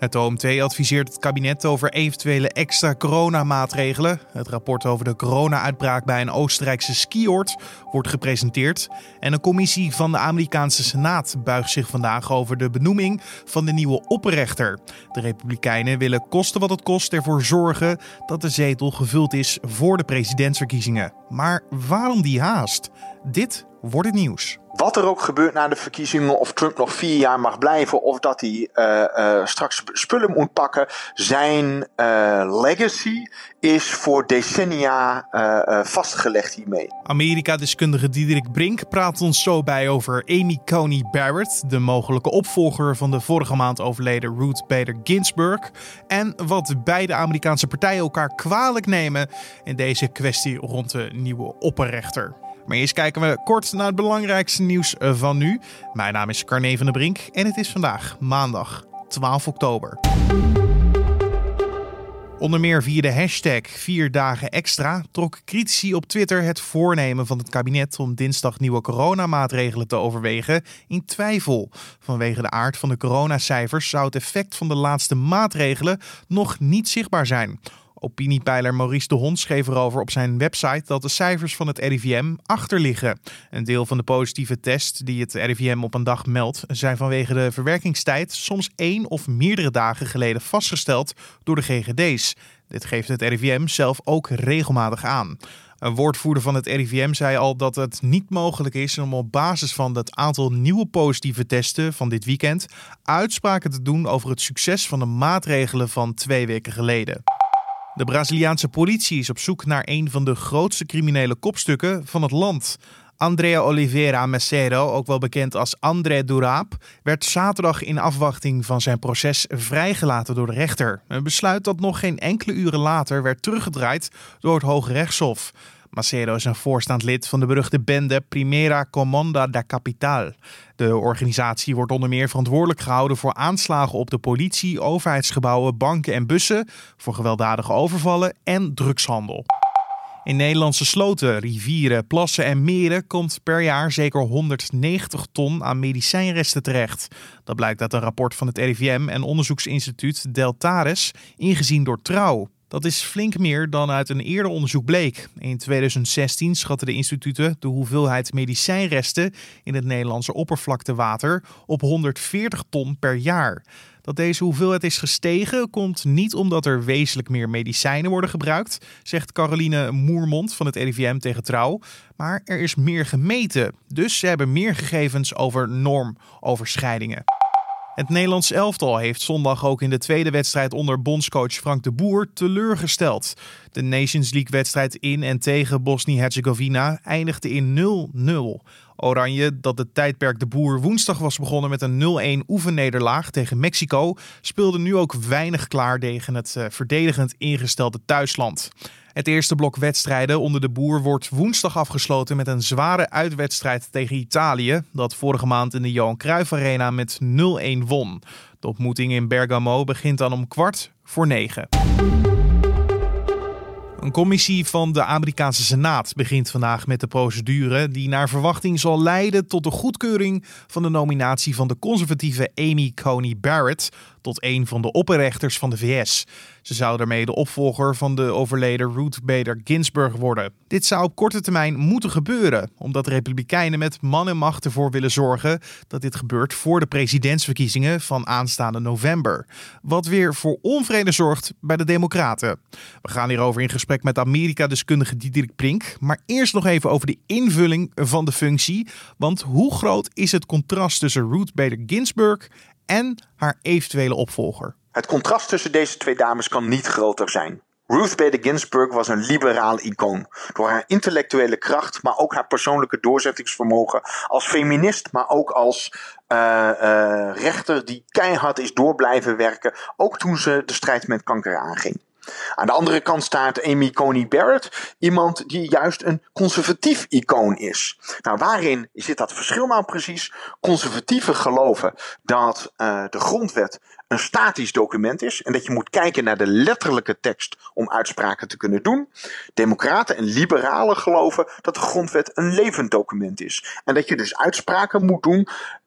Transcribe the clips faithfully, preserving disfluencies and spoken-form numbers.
Het O M T adviseert het kabinet over eventuele extra coronamaatregelen. Het rapport over de corona-uitbraak bij een Oostenrijkse skioord wordt gepresenteerd. En een commissie van de Amerikaanse Senaat buigt zich vandaag over de benoeming van de nieuwe opperrechter. De Republikeinen willen koste wat het kost ervoor zorgen dat de zetel gevuld is voor de presidentsverkiezingen. Maar waarom die haast? Dit wordt het nieuws. Wat er ook gebeurt na de verkiezingen, of Trump nog vier jaar mag blijven, of dat hij uh, uh, straks spullen moet pakken, zijn uh, legacy is voor decennia uh, uh, vastgelegd hiermee. Amerika-deskundige Diederik Brink praat ons zo bij over Amy Coney Barrett, de mogelijke opvolger van de vorige maand overleden Ruth Bader Ginsburg, en wat beide Amerikaanse partijen elkaar kwalijk nemen in deze kwestie rond de nieuwe opperrechter. Maar eerst kijken we kort naar het belangrijkste nieuws van nu. Mijn naam is Carne van der Brink en het is vandaag maandag twaalf oktober. Onder meer via de hashtag vier dagen extra trokken critici op Twitter het voornemen van het kabinet om dinsdag nieuwe coronamaatregelen te overwegen in twijfel. Vanwege de aard van de coronacijfers zou het effect van de laatste maatregelen nog niet zichtbaar zijn. Opiniepeiler Maurice de Hond schreef erover op zijn website dat de cijfers van het R I V M achterliggen. Een deel van de positieve tests die het R I V M op een dag meldt zijn vanwege de verwerkingstijd soms één of meerdere dagen geleden vastgesteld door de G G D's. Dit geeft het R I V M zelf ook regelmatig aan. Een woordvoerder van het R I V M zei al dat het niet mogelijk is om op basis van het aantal nieuwe positieve testen van dit weekend uitspraken te doen over het succes van de maatregelen van twee weken geleden. De Braziliaanse politie is op zoek naar een van de grootste criminele kopstukken van het land. André Oliveira Macedo, ook wel bekend als André Durap, werd zaterdag in afwachting van zijn proces vrijgelaten door de rechter. Een besluit dat nog geen enkele uren later werd teruggedraaid door het Hoge Rechtshof. Macedo is een voorstaand lid van de beruchte bende Primera Comanda da Capital. De organisatie wordt onder meer verantwoordelijk gehouden voor aanslagen op de politie, overheidsgebouwen, banken en bussen, voor gewelddadige overvallen en drugshandel. In Nederlandse sloten, rivieren, plassen en meren komt per jaar zeker honderdnegentig ton aan medicijnresten terecht. Dat blijkt uit een rapport van het R I V M en onderzoeksinstituut Deltares, ingezien door Trouw. Dat is flink meer dan uit een eerder onderzoek bleek. In tweeduizend zestien schatten de instituten de hoeveelheid medicijnresten in het Nederlandse oppervlaktewater op honderdveertig ton per jaar. Dat deze hoeveelheid is gestegen komt niet omdat er wezenlijk meer medicijnen worden gebruikt, zegt Caroline Moermond van het R I V M tegen Trouw. Maar er is meer gemeten, dus ze hebben meer gegevens over normoverschrijdingen. Het Nederlands elftal heeft zondag ook in de tweede wedstrijd onder bondscoach Frank de Boer teleurgesteld. De Nations League-wedstrijd in en tegen Bosnië-Herzegovina eindigde in nul nul. Oranje, dat het tijdperk de Boer woensdag was begonnen met een nul-een oefennederlaag tegen Mexico, speelde nu ook weinig klaar tegen het uh, verdedigend ingestelde thuisland. Het eerste blok wedstrijden onder de Boer wordt woensdag afgesloten met een zware uitwedstrijd tegen Italië, dat vorige maand in de Johan Cruijff Arena met nul-een won. De ontmoeting in Bergamo begint dan om kwart voor negen. Een commissie van de Amerikaanse Senaat begint vandaag met de procedure die naar verwachting zal leiden tot de goedkeuring van de nominatie van de conservatieve Amy Coney Barrett tot een van de opperrechters van de V S. Ze zou daarmee de opvolger van de overleden Ruth Bader Ginsburg worden. Dit zou op korte termijn moeten gebeuren, omdat de Republikeinen met man en macht ervoor willen zorgen dat dit gebeurt voor de presidentsverkiezingen van aanstaande november. Wat weer voor onvrede zorgt bij de Democraten. We gaan hierover in gesprek met Amerika-deskundige Diederik Brink, maar eerst nog even over de invulling van de functie. Want hoe groot is het contrast tussen Ruth Bader Ginsburg en haar eventuele opvolger? Het contrast tussen deze twee dames kan niet groter zijn. Ruth Bader Ginsburg was een liberaal icoon. Door haar intellectuele kracht, maar ook haar persoonlijke doorzettingsvermogen. Als feminist, maar ook als uh, uh, rechter die keihard is door blijven werken. Ook toen ze de strijd met kanker aanging. Aan de andere kant staat Amy Coney Barrett, iemand die juist een conservatief icoon is. Nou, waarin zit dat verschil nou precies? Conservatieven geloven dat uh, de grondwet een statisch document is en dat je moet kijken naar de letterlijke tekst om uitspraken te kunnen doen. Democraten en liberalen geloven dat de grondwet een levend document is en dat je dus uitspraken moet doen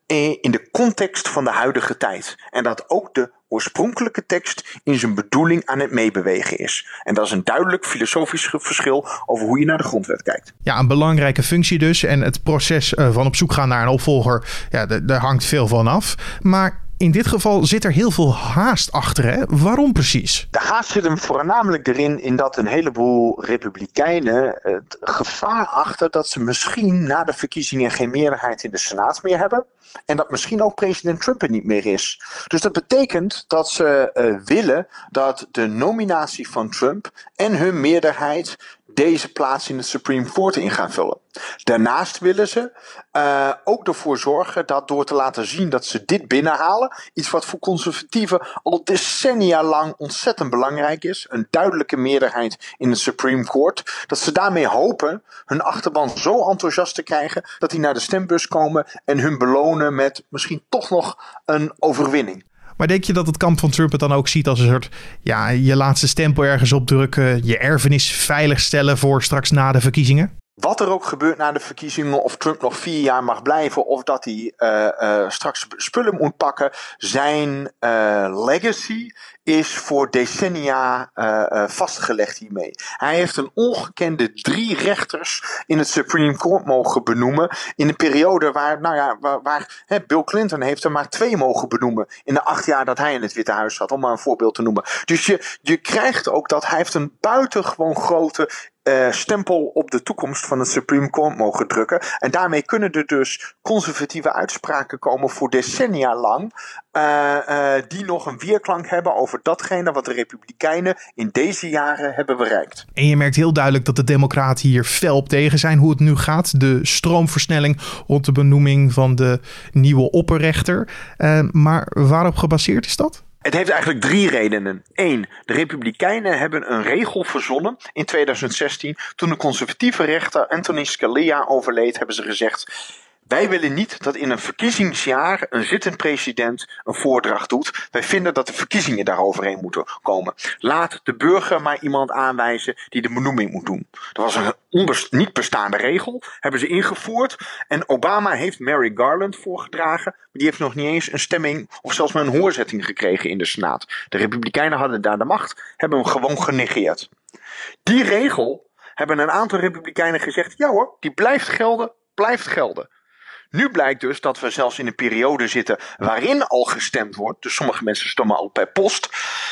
in de context van de huidige tijd. En dat ook de oorspronkelijke tekst in zijn bedoeling aan het meebewegen is. En dat is een duidelijk filosofisch verschil over hoe je naar de grondwet kijkt. Ja, een belangrijke functie dus. En het proces van op zoek gaan naar een opvolger, ja, daar hangt veel van af. Maar in dit geval zit er heel veel haast achter, hè? Waarom precies? De haast zit hem voornamelijk erin in dat een heleboel republikeinen het gevaar achter dat ze misschien na de verkiezingen geen meerderheid in de Senaat meer hebben. En dat misschien ook president Trump er niet meer is. Dus dat betekent dat ze uh, willen dat de nominatie van Trump en hun meerderheid deze plaats in het Supreme Court in gaan vullen. Daarnaast willen ze uh, ook ervoor zorgen dat door te laten zien dat ze dit binnenhalen, iets wat voor conservatieven al decennia lang ontzettend belangrijk is, een duidelijke meerderheid in het Supreme Court, dat ze daarmee hopen hun achterban zo enthousiast te krijgen dat die naar de stembus komen en hun belonen met misschien toch nog een overwinning. Maar denk je dat het kamp van Trump het dan ook ziet als een soort, ja, je laatste stempel ergens opdrukken, je erfenis veiligstellen voor straks na de verkiezingen? Wat er ook gebeurt na de verkiezingen, of Trump nog vier jaar mag blijven, of dat hij uh, uh, straks spullen moet pakken, zijn uh, legacy is voor decennia uh, uh, vastgelegd hiermee. Hij heeft een ongekende drie rechters in het Supreme Court mogen benoemen in een periode waar, nou ja, waar, waar hè, Bill Clinton heeft er maar twee mogen benoemen in de acht jaar dat hij in het Witte Huis zat, om maar een voorbeeld te noemen. Dus je, je krijgt ook dat hij heeft een buitengewoon grote Uh, stempel op de toekomst van het Supreme Court mogen drukken. En daarmee kunnen er dus conservatieve uitspraken komen voor decennia lang, uh, uh, die nog een weerklank hebben over datgene wat de Republikeinen in deze jaren hebben bereikt. En je merkt heel duidelijk dat de Democraten hier fel op tegen zijn hoe het nu gaat. De stroomversnelling rond de benoeming van de nieuwe opperrechter. Uh, maar waarop gebaseerd is dat? Het heeft eigenlijk drie redenen. Eén, de Republikeinen hebben een regel verzonnen in tweeduizend zestien. Toen de conservatieve rechter Anthony Scalia overleed, hebben ze gezegd: wij willen niet dat in een verkiezingsjaar een zittend president een voordracht doet. Wij vinden dat de verkiezingen daaroverheen moeten komen. Laat de burger maar iemand aanwijzen die de benoeming moet doen. Dat was een onbest- niet bestaande regel. Hebben ze ingevoerd. En Obama heeft Mary Garland voorgedragen. Maar die heeft nog niet eens een stemming of zelfs maar een hoorzetting gekregen in de Senaat. De Republikeinen hadden daar de macht. Hebben hem gewoon genegeerd. Die regel hebben een aantal Republikeinen gezegd: ja hoor, die blijft gelden, blijft gelden. Nu blijkt dus dat we zelfs in een periode zitten waarin al gestemd wordt. Dus sommige mensen stemmen al per post.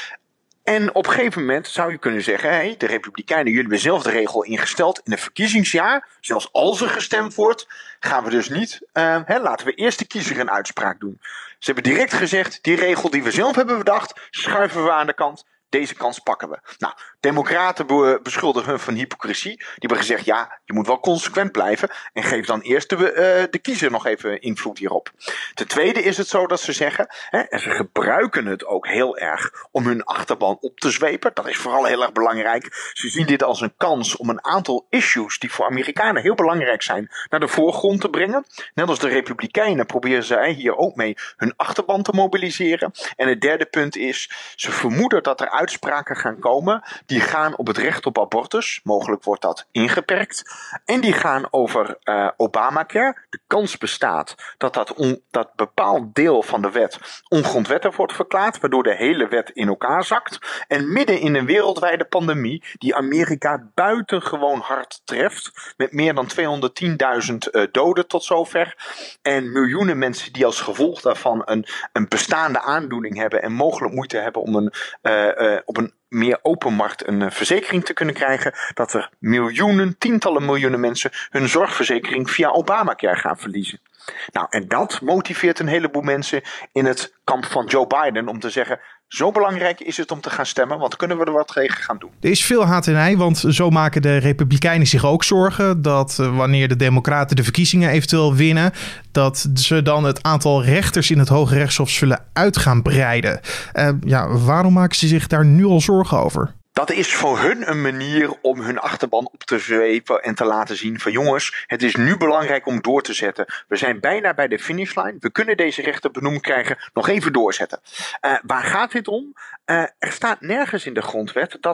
En op een gegeven moment zou je kunnen zeggen: hey, de Republikeinen, jullie hebben zelf de regel ingesteld. In een verkiezingsjaar, zelfs als er gestemd wordt, gaan we dus niet, uh, hè, laten we eerst de kiezer een uitspraak doen. Ze hebben direct gezegd: die regel die we zelf hebben bedacht, schuiven we aan de kant. Deze kans pakken we. Nou, democraten be- beschuldigen hun van hypocrisie. Die hebben gezegd: ja, je moet wel consequent blijven. En geef dan eerst de, uh, de kiezer nog even invloed hierop. Ten tweede is het zo dat ze zeggen, hè, en ze gebruiken het ook heel erg om hun achterban op te zwepen. Dat is vooral heel erg belangrijk. Ze zien dit als een kans om een aantal issues die voor Amerikanen heel belangrijk zijn naar de voorgrond te brengen. Net als de Republikeinen proberen zij hier ook mee hun achterban te mobiliseren. En het derde punt is, ze vermoeden dat er uitspraken gaan komen die gaan op het recht op abortus. Mogelijk wordt dat ingeperkt. En die gaan over uh, Obamacare. De kans bestaat dat dat, on, dat bepaald deel van de wet ongrondwettig wordt verklaard, waardoor de hele wet in elkaar zakt. En midden in een wereldwijde pandemie die Amerika buitengewoon hard treft, met meer dan tweehonderdtienduizend uh, doden tot zover. En miljoenen mensen die als gevolg daarvan een, een bestaande aandoening hebben en mogelijk moeite hebben om een uh, uh, op een meer open markt een uh, verzekering te kunnen krijgen, dat er miljoenen, tientallen miljoenen mensen hun zorgverzekering via Obamacare gaan verliezen. Nou, en dat motiveert een heleboel mensen in het kamp van Joe Biden om te zeggen: zo belangrijk is het om te gaan stemmen, want kunnen we er wat tegen gaan doen. Er is veel haat-en-ei, want zo maken de Republikeinen zich ook zorgen dat uh, wanneer de Democraten de verkiezingen eventueel winnen, dat ze dan het aantal rechters in het Hoge Rechtshof zullen uit gaan breiden. Uh, ja, waarom maken ze zich daar nu al zorgen over? Dat is voor hun een manier om hun achterban op te zwepen en te laten zien van: jongens, het is nu belangrijk om door te zetten. We zijn bijna bij de finishlijn. We kunnen deze rechter benoemd krijgen. Nog even doorzetten. Uh, waar gaat dit om? Uh, er staat nergens in de grondwet dat er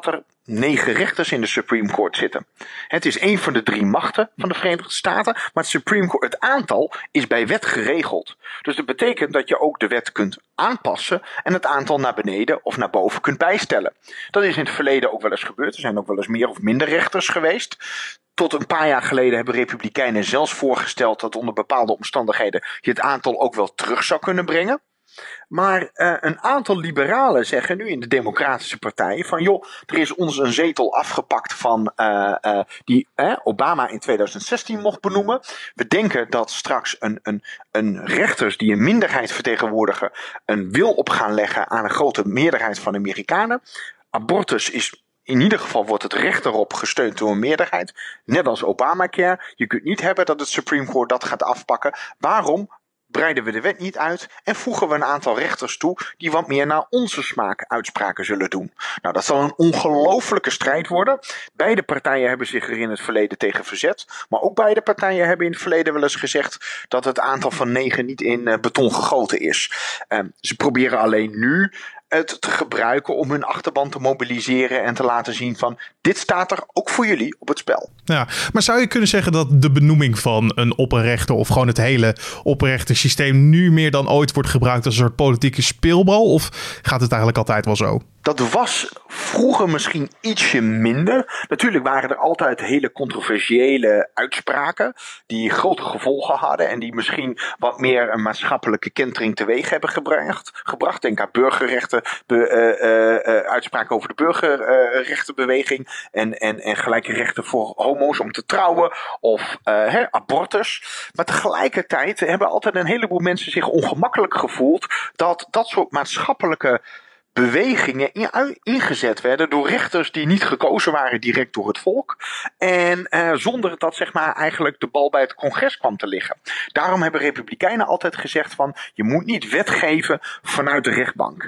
negen rechters in de Supreme Court zitten. Het is een van de drie machten van de Verenigde Staten, maar het Supreme Court, het aantal is bij wet geregeld. Dus dat betekent dat je ook de wet kunt aanpassen en het aantal naar beneden of naar boven kunt bijstellen. Dat is in het verleden ook wel eens gebeurd. Er zijn ook wel eens meer of minder rechters geweest. Tot een paar jaar geleden hebben Republikeinen zelfs voorgesteld dat onder bepaalde omstandigheden je het aantal ook wel terug zou kunnen brengen. Maar uh, een aantal liberalen zeggen nu in de Democratische Partij van joh, er is ons een zetel afgepakt van uh, uh, die uh, Obama in tweeduizend zestien mocht benoemen. We denken dat straks een, een, een rechters die een minderheid vertegenwoordigen een wil op gaan leggen aan een grote meerderheid van Amerikanen. Abortus is in ieder geval wordt het recht erop gesteund door een meerderheid. Net als Obamacare. Je kunt niet hebben dat het Supreme Court dat gaat afpakken. Waarom breiden we de wet niet uit en voegen we een aantal rechters toe die wat meer naar onze smaak uitspraken zullen doen. Nou, dat zal een ongelofelijke strijd worden. Beide partijen hebben zich er in het verleden tegen verzet. Maar ook beide partijen hebben in het verleden wel eens gezegd dat het aantal van negen niet in uh, beton gegoten is. Uh, ze proberen alleen nu het te gebruiken om hun achterban te mobiliseren en te laten zien van dit staat er ook voor jullie op het spel. Ja, maar zou je kunnen zeggen dat de benoeming van een opperrechter of gewoon het hele opperrechtersysteem nu meer dan ooit wordt gebruikt als een soort politieke speelbal? Of gaat het eigenlijk altijd wel zo? Dat was vroeger misschien ietsje minder. Natuurlijk waren er altijd hele controversiële uitspraken die grote gevolgen hadden en die misschien wat meer een maatschappelijke kentering teweeg hebben gebracht. gebracht. Denk aan burgerrechten, be, uh, uh, uh, uitspraken over de burgerrechtenbeweging en, en, en gelijke rechten voor homo's om te trouwen of uh, hè, abortus. Maar tegelijkertijd hebben altijd een heleboel mensen zich ongemakkelijk gevoeld dat dat soort maatschappelijke bewegingen ingezet werden door rechters die niet gekozen waren direct door het volk. En uh, zonder dat zeg maar eigenlijk de bal bij het congres kwam te liggen. Daarom hebben republikeinen altijd gezegd van je moet niet wetgeven vanuit de rechtbank.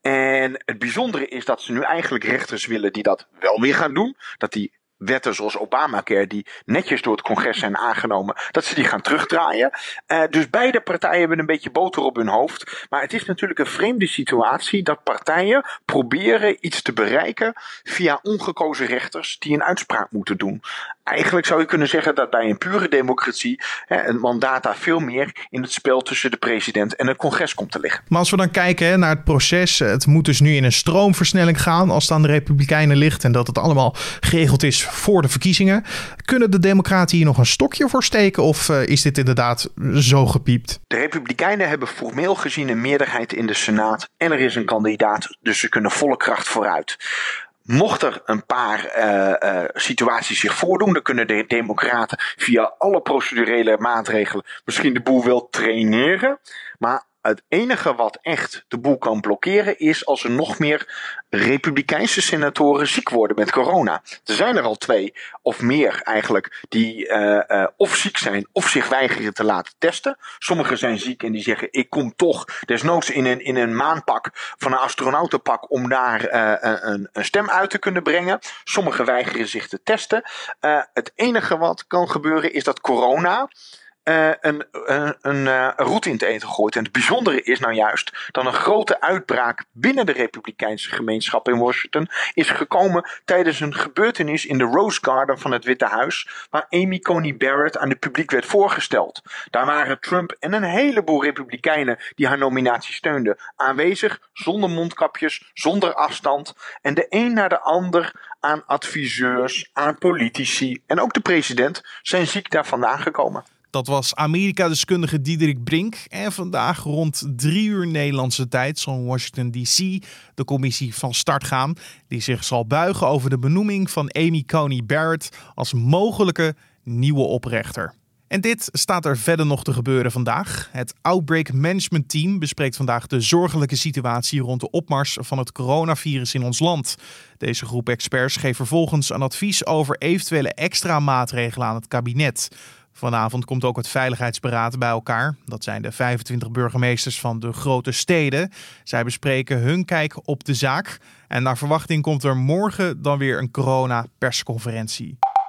En het bijzondere is dat ze nu eigenlijk rechters willen die dat wel weer gaan doen. Dat die wetten zoals Obamacare die netjes door het congres zijn aangenomen, dat ze die gaan terugdraaien. Uh, dus beide partijen hebben een beetje boter op hun hoofd. Maar het is natuurlijk een vreemde situatie dat partijen proberen iets te bereiken via ongekozen rechters die een uitspraak moeten doen. Eigenlijk zou je kunnen zeggen dat bij een pure democratie hè, een mandaat daar veel meer in het spel tussen de president en het congres komt te liggen. Maar als we dan kijken hè, naar het proces, het moet dus nu in een stroomversnelling gaan als het aan de Republikeinen ligt en dat het allemaal geregeld is voor de verkiezingen. Kunnen de Democraten hier nog een stokje voor steken of uh, is dit inderdaad zo gepiept? De Republikeinen hebben formeel gezien een meerderheid in de Senaat en er is een kandidaat, dus ze kunnen volle kracht vooruit. Mocht er een paar uh, uh, situaties zich voordoen, dan kunnen de Democraten via alle procedurele maatregelen misschien de boel wel traineren. Maar het enige wat echt de boel kan blokkeren is als er nog meer Republikeinse senatoren ziek worden met corona. Er zijn er al twee of meer eigenlijk die uh, uh, of ziek zijn of zich weigeren te laten testen. Sommigen zijn ziek en die zeggen ik kom toch desnoods in een, in een maanpak van een astronautenpak om daar uh, een, een stem uit te kunnen brengen. Sommigen weigeren zich te testen. Uh, het enige wat kan gebeuren is dat corona Uh, een, een, een uh, route in het eten gooit. En het bijzondere is nou juist dat een grote uitbraak binnen de Republikeinse gemeenschap in Washington is gekomen tijdens een gebeurtenis in de Rose Garden van het Witte Huis, waar Amy Coney Barrett aan het publiek werd voorgesteld. Daar waren Trump en een heleboel Republikeinen die haar nominatie steunden aanwezig, zonder mondkapjes, zonder afstand. En de een na de ander aan adviseurs, aan politici en ook de president zijn ziek daar vandaan gekomen. Dat was Amerika-deskundige Diederik Brink. En vandaag rond drie uur Nederlandse tijd zal in Washington D C de commissie van start gaan, die zich zal buigen over de benoeming van Amy Coney Barrett als mogelijke nieuwe oprechter. En dit staat er verder nog te gebeuren vandaag. Het Outbreak Management Team bespreekt vandaag de zorgelijke situatie rond de opmars van het coronavirus in ons land. Deze groep experts geeft vervolgens een advies over eventuele extra maatregelen aan het kabinet. Vanavond komt ook het Veiligheidsberaad bij elkaar. Dat zijn de vijfentwintig burgemeesters van de grote steden. Zij bespreken hun kijk op de zaak. En naar verwachting komt er morgen dan weer een corona-persconferentie.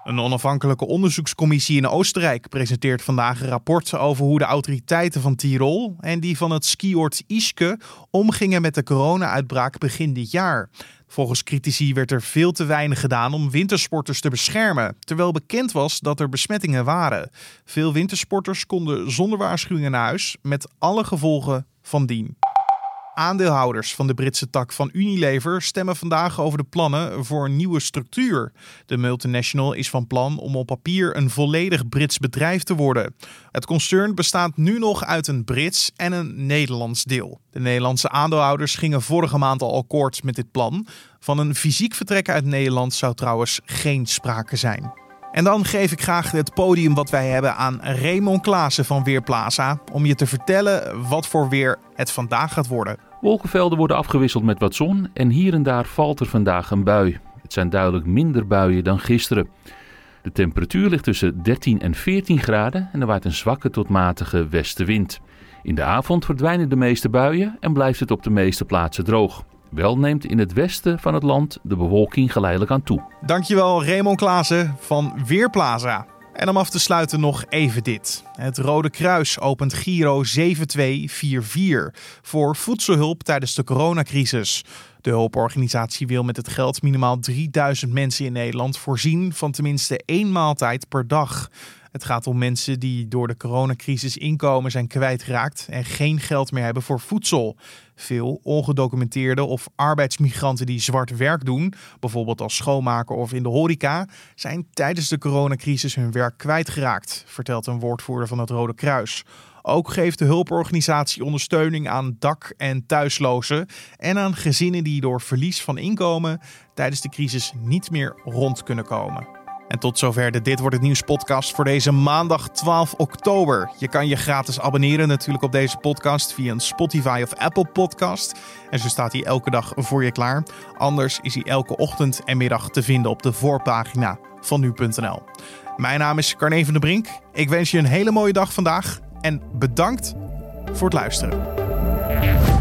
Een onafhankelijke onderzoekscommissie in Oostenrijk presenteert vandaag een rapport over hoe de autoriteiten van Tirol en die van het skioord Ischke omgingen met de corona-uitbraak begin dit jaar. Volgens critici werd er veel te weinig gedaan om wintersporters te beschermen, terwijl bekend was dat er besmettingen waren. Veel wintersporters konden zonder waarschuwingen naar huis, met alle gevolgen van dien. Aandeelhouders van de Britse tak van Unilever stemmen vandaag over de plannen voor een nieuwe structuur. De multinational is van plan om op papier een volledig Brits bedrijf te worden. Het concern bestaat nu nog uit een Brits en een Nederlands deel. De Nederlandse aandeelhouders gingen vorige maand al akkoord met dit plan. Van een fysiek vertrek uit Nederland zou trouwens geen sprake zijn. En dan geef ik graag het podium wat wij hebben aan Raymond Klaassen van Weerplaza om je te vertellen wat voor weer het vandaag gaat worden. Wolkenvelden worden afgewisseld met wat zon en hier en daar valt er vandaag een bui. Het zijn duidelijk minder buien dan gisteren. De temperatuur ligt tussen dertien en veertien graden en er waait een zwakke tot matige westenwind. In de avond verdwijnen de meeste buien en blijft het op de meeste plaatsen droog. Wel neemt in het westen van het land de bewolking geleidelijk aan toe. Dankjewel Raymond Klaassen van Weerplaza. En om af te sluiten nog even dit. Het Rode Kruis opent Giro zeven twee vier vier voor voedselhulp tijdens de coronacrisis. De hulporganisatie wil met het geld minimaal drieduizend mensen in Nederland voorzien van tenminste één maaltijd per dag. Het gaat om mensen die door de coronacrisis inkomen zijn kwijtgeraakt en geen geld meer hebben voor voedsel. Veel ongedocumenteerde of arbeidsmigranten die zwart werk doen, bijvoorbeeld als schoonmaker of in de horeca, zijn tijdens de coronacrisis hun werk kwijtgeraakt, vertelt een woordvoerder van het Rode Kruis. Ook geeft de hulporganisatie ondersteuning aan dak- en thuislozen en aan gezinnen die door verlies van inkomen tijdens de crisis niet meer rond kunnen komen. En tot zover de Dit Wordt Het Nieuws podcast voor deze maandag twaalf oktober. Je kan je gratis abonneren natuurlijk op deze podcast via een Spotify of Apple podcast. En zo staat hij elke dag voor je klaar. Anders is hij elke ochtend en middag te vinden op de voorpagina van nu punt n l. Mijn naam is Carne van der Brink. Ik wens je een hele mooie dag vandaag en bedankt voor het luisteren.